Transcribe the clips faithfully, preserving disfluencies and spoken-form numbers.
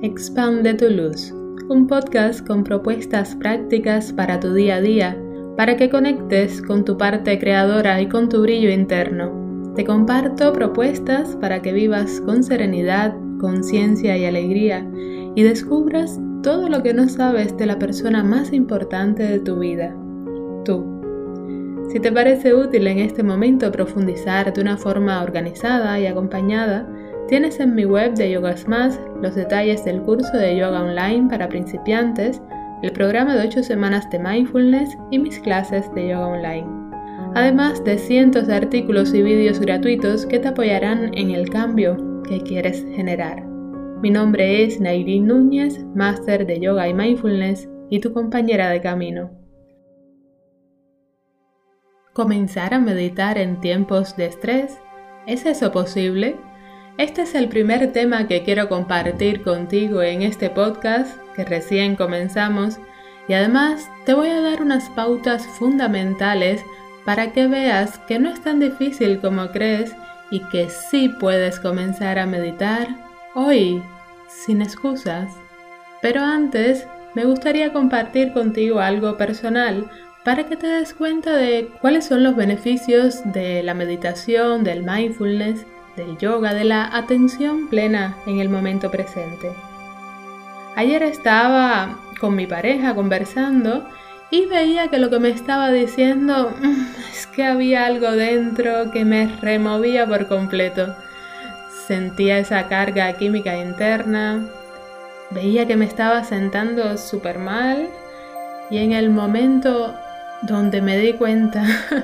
Expande tu luz, un podcast con propuestas prácticas para tu día a día, para que conectes con tu parte creadora y con tu brillo interno. Te comparto propuestas para que vivas con serenidad, conciencia y alegría y descubras todo lo que no sabes de la persona más importante de tu vida, tú. Si te parece útil en este momento profundizar de una forma organizada y acompañada, tienes en mi web de Yogas Más los detalles del curso de yoga online para principiantes, el programa de ocho semanas de mindfulness y mis clases de yoga online. Además de cientos de artículos y vídeos gratuitos que te apoyarán en el cambio que quieres generar. Mi nombre es Nairín Núñez, máster de yoga y mindfulness y tu compañera de camino. ¿Comenzar a meditar en tiempos de estrés? ¿Es eso posible? Este es el primer tema que quiero compartir contigo en este podcast que recién comenzamos y además te voy a dar unas pautas fundamentales para que veas que no es tan difícil como crees y que sí puedes comenzar a meditar hoy, sin excusas. Pero antes me gustaría compartir contigo algo personal para que te des cuenta de cuáles son los beneficios de la meditación, del mindfulness, del yoga, de la atención plena en el momento presente. Ayer estaba con mi pareja conversando y veía que lo que me estaba diciendo es que había algo dentro que me removía por completo. Sentía esa carga química interna, veía que me estaba sentando súper mal y en el momento donde me di cuenta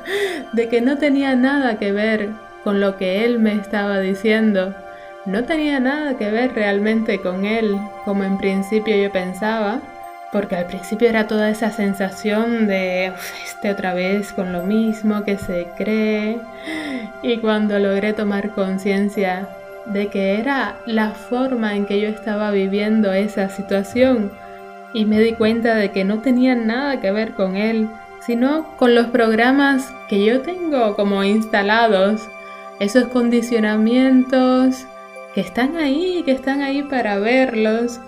de que no tenía nada que ver con lo que él me estaba diciendo, no tenía nada que ver realmente con él, como en principio yo pensaba, porque al principio era toda esa sensación de este otra vez con lo mismo que se cree, y cuando logré tomar conciencia de que era la forma en que yo estaba viviendo esa situación, y me di cuenta de que no tenía nada que ver con él, sino con los programas que yo tengo como instalados, esos condicionamientos que están ahí, que están ahí para verlos,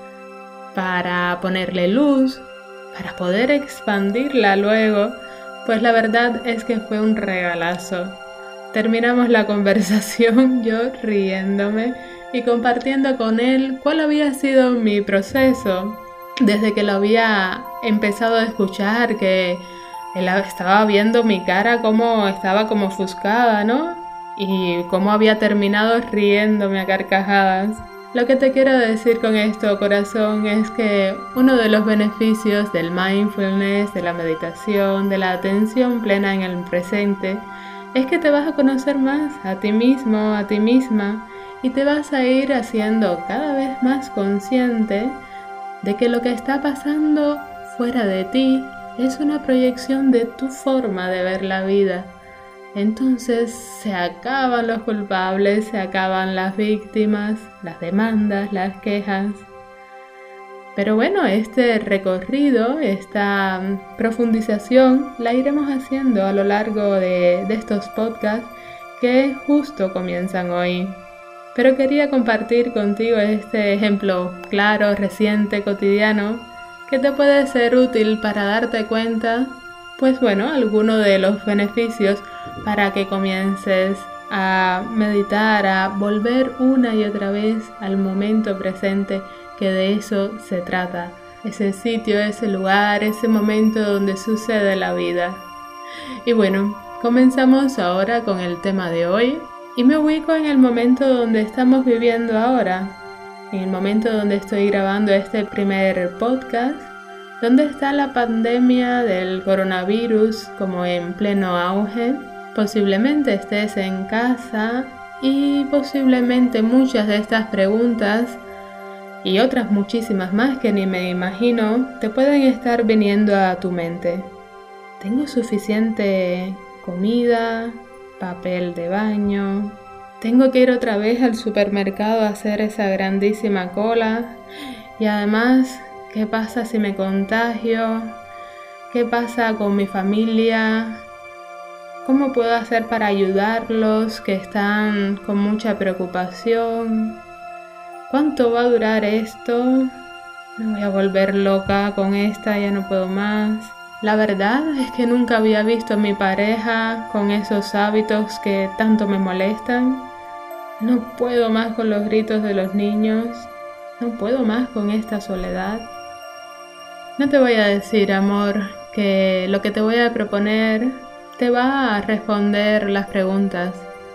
para ponerle luz, para poder expandirla luego, pues la verdad es que fue un regalazo. Terminamos la conversación yo riéndome y compartiendo con él cuál había sido mi proceso desde que lo había empezado a escuchar, que él estaba viendo mi cara como estaba como ofuscada, ¿no? Y cómo había terminado riéndome a carcajadas. Lo que te quiero decir con esto, corazón, es que uno de los beneficios del mindfulness, de la meditación, de la atención plena en el presente, es que te vas a conocer más a ti mismo, a ti misma, y te vas a ir haciendo cada vez más consciente de que lo que está pasando fuera de ti es una proyección de tu forma de ver la vida. Entonces se acaban los culpables, se acaban las víctimas, las demandas, las quejas. Pero bueno, este recorrido, esta profundización la iremos haciendo a lo largo de, de estos podcasts que justo comienzan hoy. Pero quería compartir contigo este ejemplo claro, reciente, cotidiano, que te puede ser útil para darte cuenta, pues bueno, algunos de los beneficios para que comiences a meditar, a volver una y otra vez al momento presente, que de eso se trata. Ese sitio, ese lugar, ese momento donde sucede la vida. Y bueno, comenzamos ahora con el tema de hoy y me ubico en el momento donde estamos viviendo ahora, en el momento donde estoy grabando este primer podcast, donde está la pandemia del coronavirus como en pleno auge. Posiblemente estés en casa y posiblemente muchas de estas preguntas y otras muchísimas más que ni me imagino te pueden estar viniendo a tu mente. ¿Tengo suficiente comida, papel de baño? ¿Tengo que ir otra vez al supermercado a hacer esa grandísima cola? Y además, ¿qué pasa si me contagio? ¿Qué pasa con mi familia? ¿Cómo puedo hacer para ayudarlos que están con mucha preocupación? ¿Cuánto va a durar esto? Me voy a volver loca con esta, ya no puedo más. La verdad es que nunca había visto a mi pareja con esos hábitos que tanto me molestan. No puedo más con los gritos de los niños. No puedo más con esta soledad. No te voy a decir, amor, que lo que te voy a proponer te va a responder las preguntas.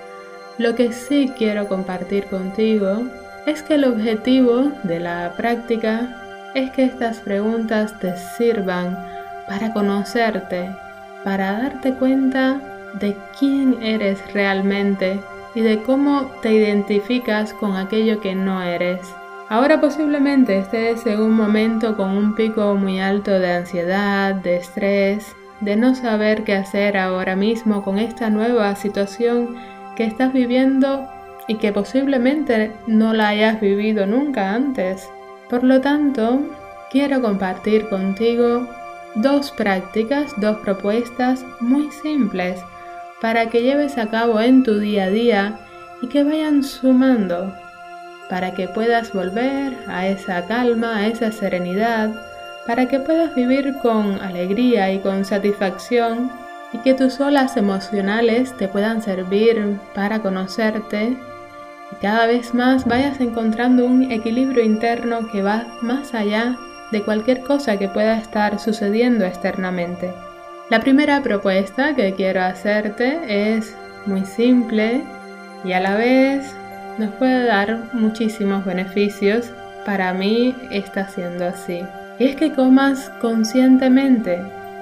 Lo que sí quiero compartir contigo es que el objetivo de la práctica es que estas preguntas te sirvan para conocerte, para darte cuenta de quién eres realmente y de cómo te identificas con aquello que no eres. Ahora posiblemente estés en un momento con un pico muy alto de ansiedad, de estrés, de no saber qué hacer ahora mismo con esta nueva situación que estás viviendo y que posiblemente no la hayas vivido nunca antes. Por lo tanto, quiero compartir contigo dos prácticas, dos propuestas muy simples para que lleves a cabo en tu día a día y que vayan sumando para que puedas volver a esa calma, a esa serenidad, para que puedas vivir con alegría y con satisfacción y que tus olas emocionales te puedan servir para conocerte y cada vez más vayas encontrando un equilibrio interno que va más allá de cualquier cosa que pueda estar sucediendo externamente. La primera propuesta que quiero hacerte es muy simple y a la vez nos puede dar muchísimos beneficios. Para mí está siendo así. Y es que comas conscientemente.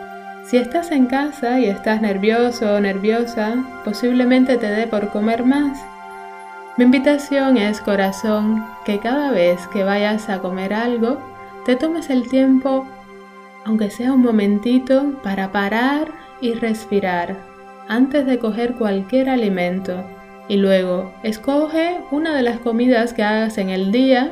Si estás en casa y estás nervioso o nerviosa, posiblemente te dé por comer más. Mi invitación es, corazón, que cada vez que vayas a comer algo, te tomes el tiempo, aunque sea un momentito, para parar y respirar antes de coger cualquier alimento. Y luego, escoge una de las comidas que hagas en el día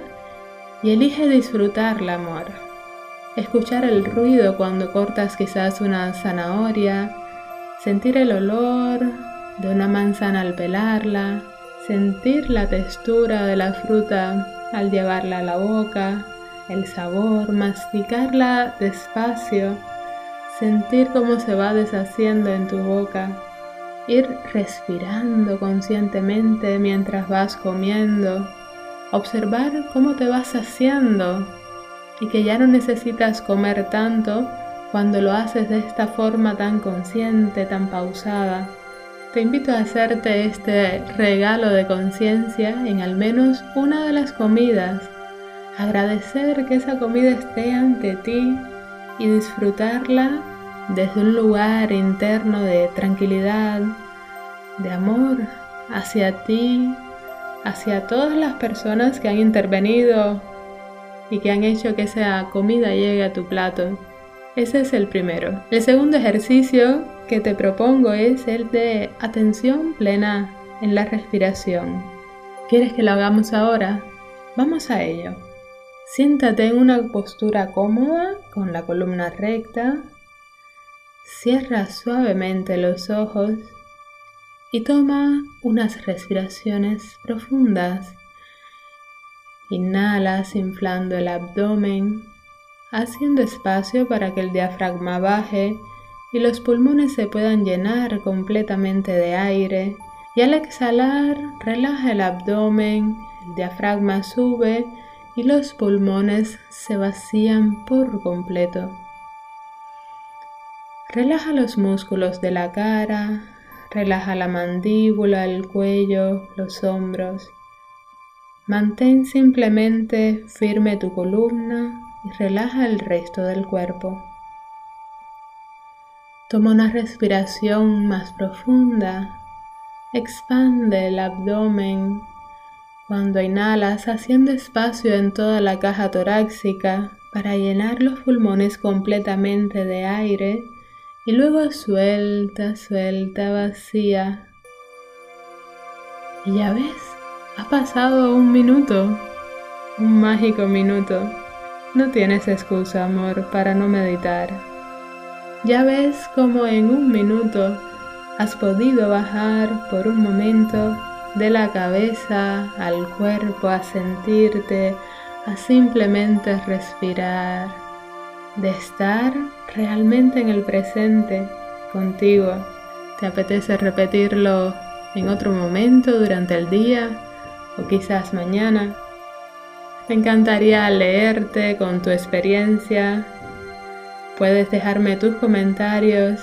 y elige disfrutarla, amor. Escuchar el ruido cuando cortas quizás una zanahoria, sentir el olor de una manzana al pelarla, sentir la textura de la fruta al llevarla a la boca, el sabor, masticarla despacio, sentir cómo se va deshaciendo en tu boca, ir respirando conscientemente mientras vas comiendo, observar cómo te vas saciando y que ya no necesitas comer tanto cuando lo haces de esta forma tan consciente, tan pausada. Te invito a hacerte este regalo de conciencia en al menos una de las comidas, agradecer que esa comida esté ante ti y disfrutarla desde un lugar interno de tranquilidad, de amor hacia ti, hacia todas las personas que han intervenido y que han hecho que esa comida llegue a tu plato. Ese es el primero. El segundo ejercicio que te propongo es el de atención plena en la respiración. ¿Quieres que lo hagamos ahora? Vamos a ello. Siéntate en una postura cómoda, con la columna recta. Cierra suavemente los ojos y toma unas respiraciones profundas. Inhalas inflando el abdomen, haciendo espacio para que el diafragma baje y los pulmones se puedan llenar completamente de aire. Y al exhalar, relaja el abdomen, el diafragma sube y los pulmones se vacían por completo. Relaja los músculos de la cara, relaja la mandíbula, el cuello, los hombros. Mantén simplemente firme tu columna y relaja el resto del cuerpo. Toma una respiración más profunda. Expande el abdomen cuando inhalas, haciendo espacio en toda la caja torácica para llenar los pulmones completamente de aire y luego suelta, suelta, vacía. Y ya ves, ha pasado un minuto, un mágico minuto. No tienes excusa, amor, para no meditar. Ya ves cómo en un minuto has podido bajar por un momento de la cabeza al cuerpo, a sentirte, a simplemente respirar, de estar realmente en el presente contigo. ¿Te apetece repetirlo en otro momento durante el día o quizás mañana? Me encantaría leerte con tu experiencia. Puedes dejarme tus comentarios.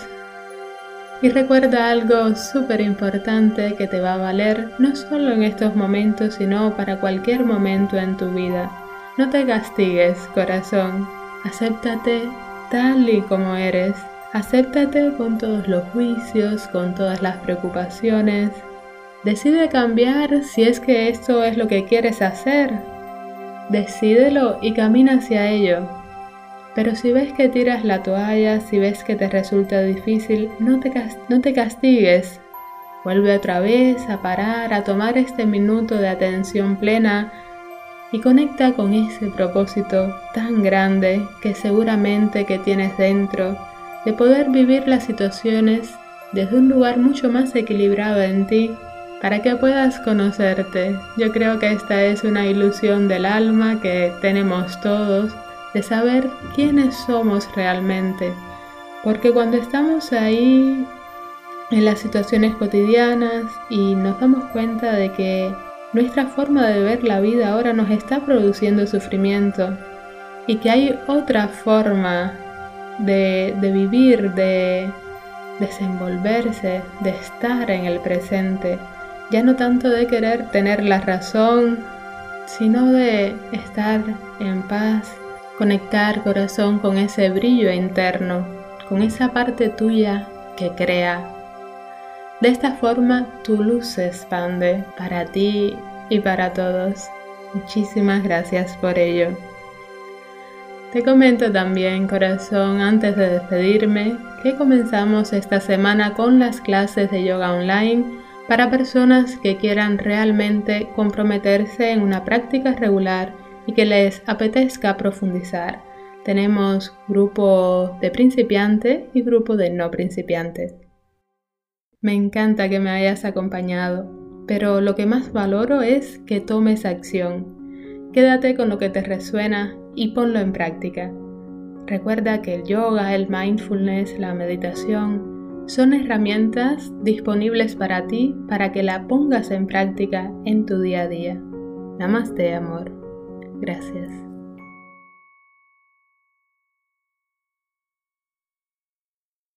Y recuerda algo súper importante que te va a valer no solo en estos momentos, sino para cualquier momento en tu vida. No te castigues, corazón. Acéptate tal y como eres. Acéptate con todos los juicios, con todas las preocupaciones. Decide cambiar si es que esto es lo que quieres hacer. Decídelo y camina hacia ello. Pero si ves que tiras la toalla, si ves que te resulta difícil, no te, no te castigues. Vuelve otra vez a parar, a tomar este minuto de atención plena y conecta con ese propósito tan grande que seguramente que tienes dentro, de poder vivir las situaciones desde un lugar mucho más equilibrado en ti, para que puedas conocerte. Yo creo que esta es una ilusión del alma que tenemos todos, de saber quiénes somos realmente, porque cuando estamos ahí en las situaciones cotidianas y nos damos cuenta de que nuestra forma de ver la vida ahora nos está produciendo sufrimiento y que hay otra forma de, de vivir, de desenvolverse, de estar en el presente, ya no tanto de querer tener la razón, sino de estar en paz, conectar corazón con ese brillo interno, con esa parte tuya que crea. De esta forma tu luz se expande para ti y para todos. Muchísimas gracias por ello. Te comento también, corazón, antes de despedirme, que comenzamos esta semana con las clases de yoga online para personas que quieran realmente comprometerse en una práctica regular y que les apetezca profundizar. Tenemos grupo de principiantes y grupo de no principiantes. Me encanta que me hayas acompañado, pero lo que más valoro es que tomes acción. Quédate con lo que te resuena y ponlo en práctica. Recuerda que el yoga, el mindfulness, la meditación son herramientas disponibles para ti para que la pongas en práctica en tu día a día. Namaste, amor. Gracias.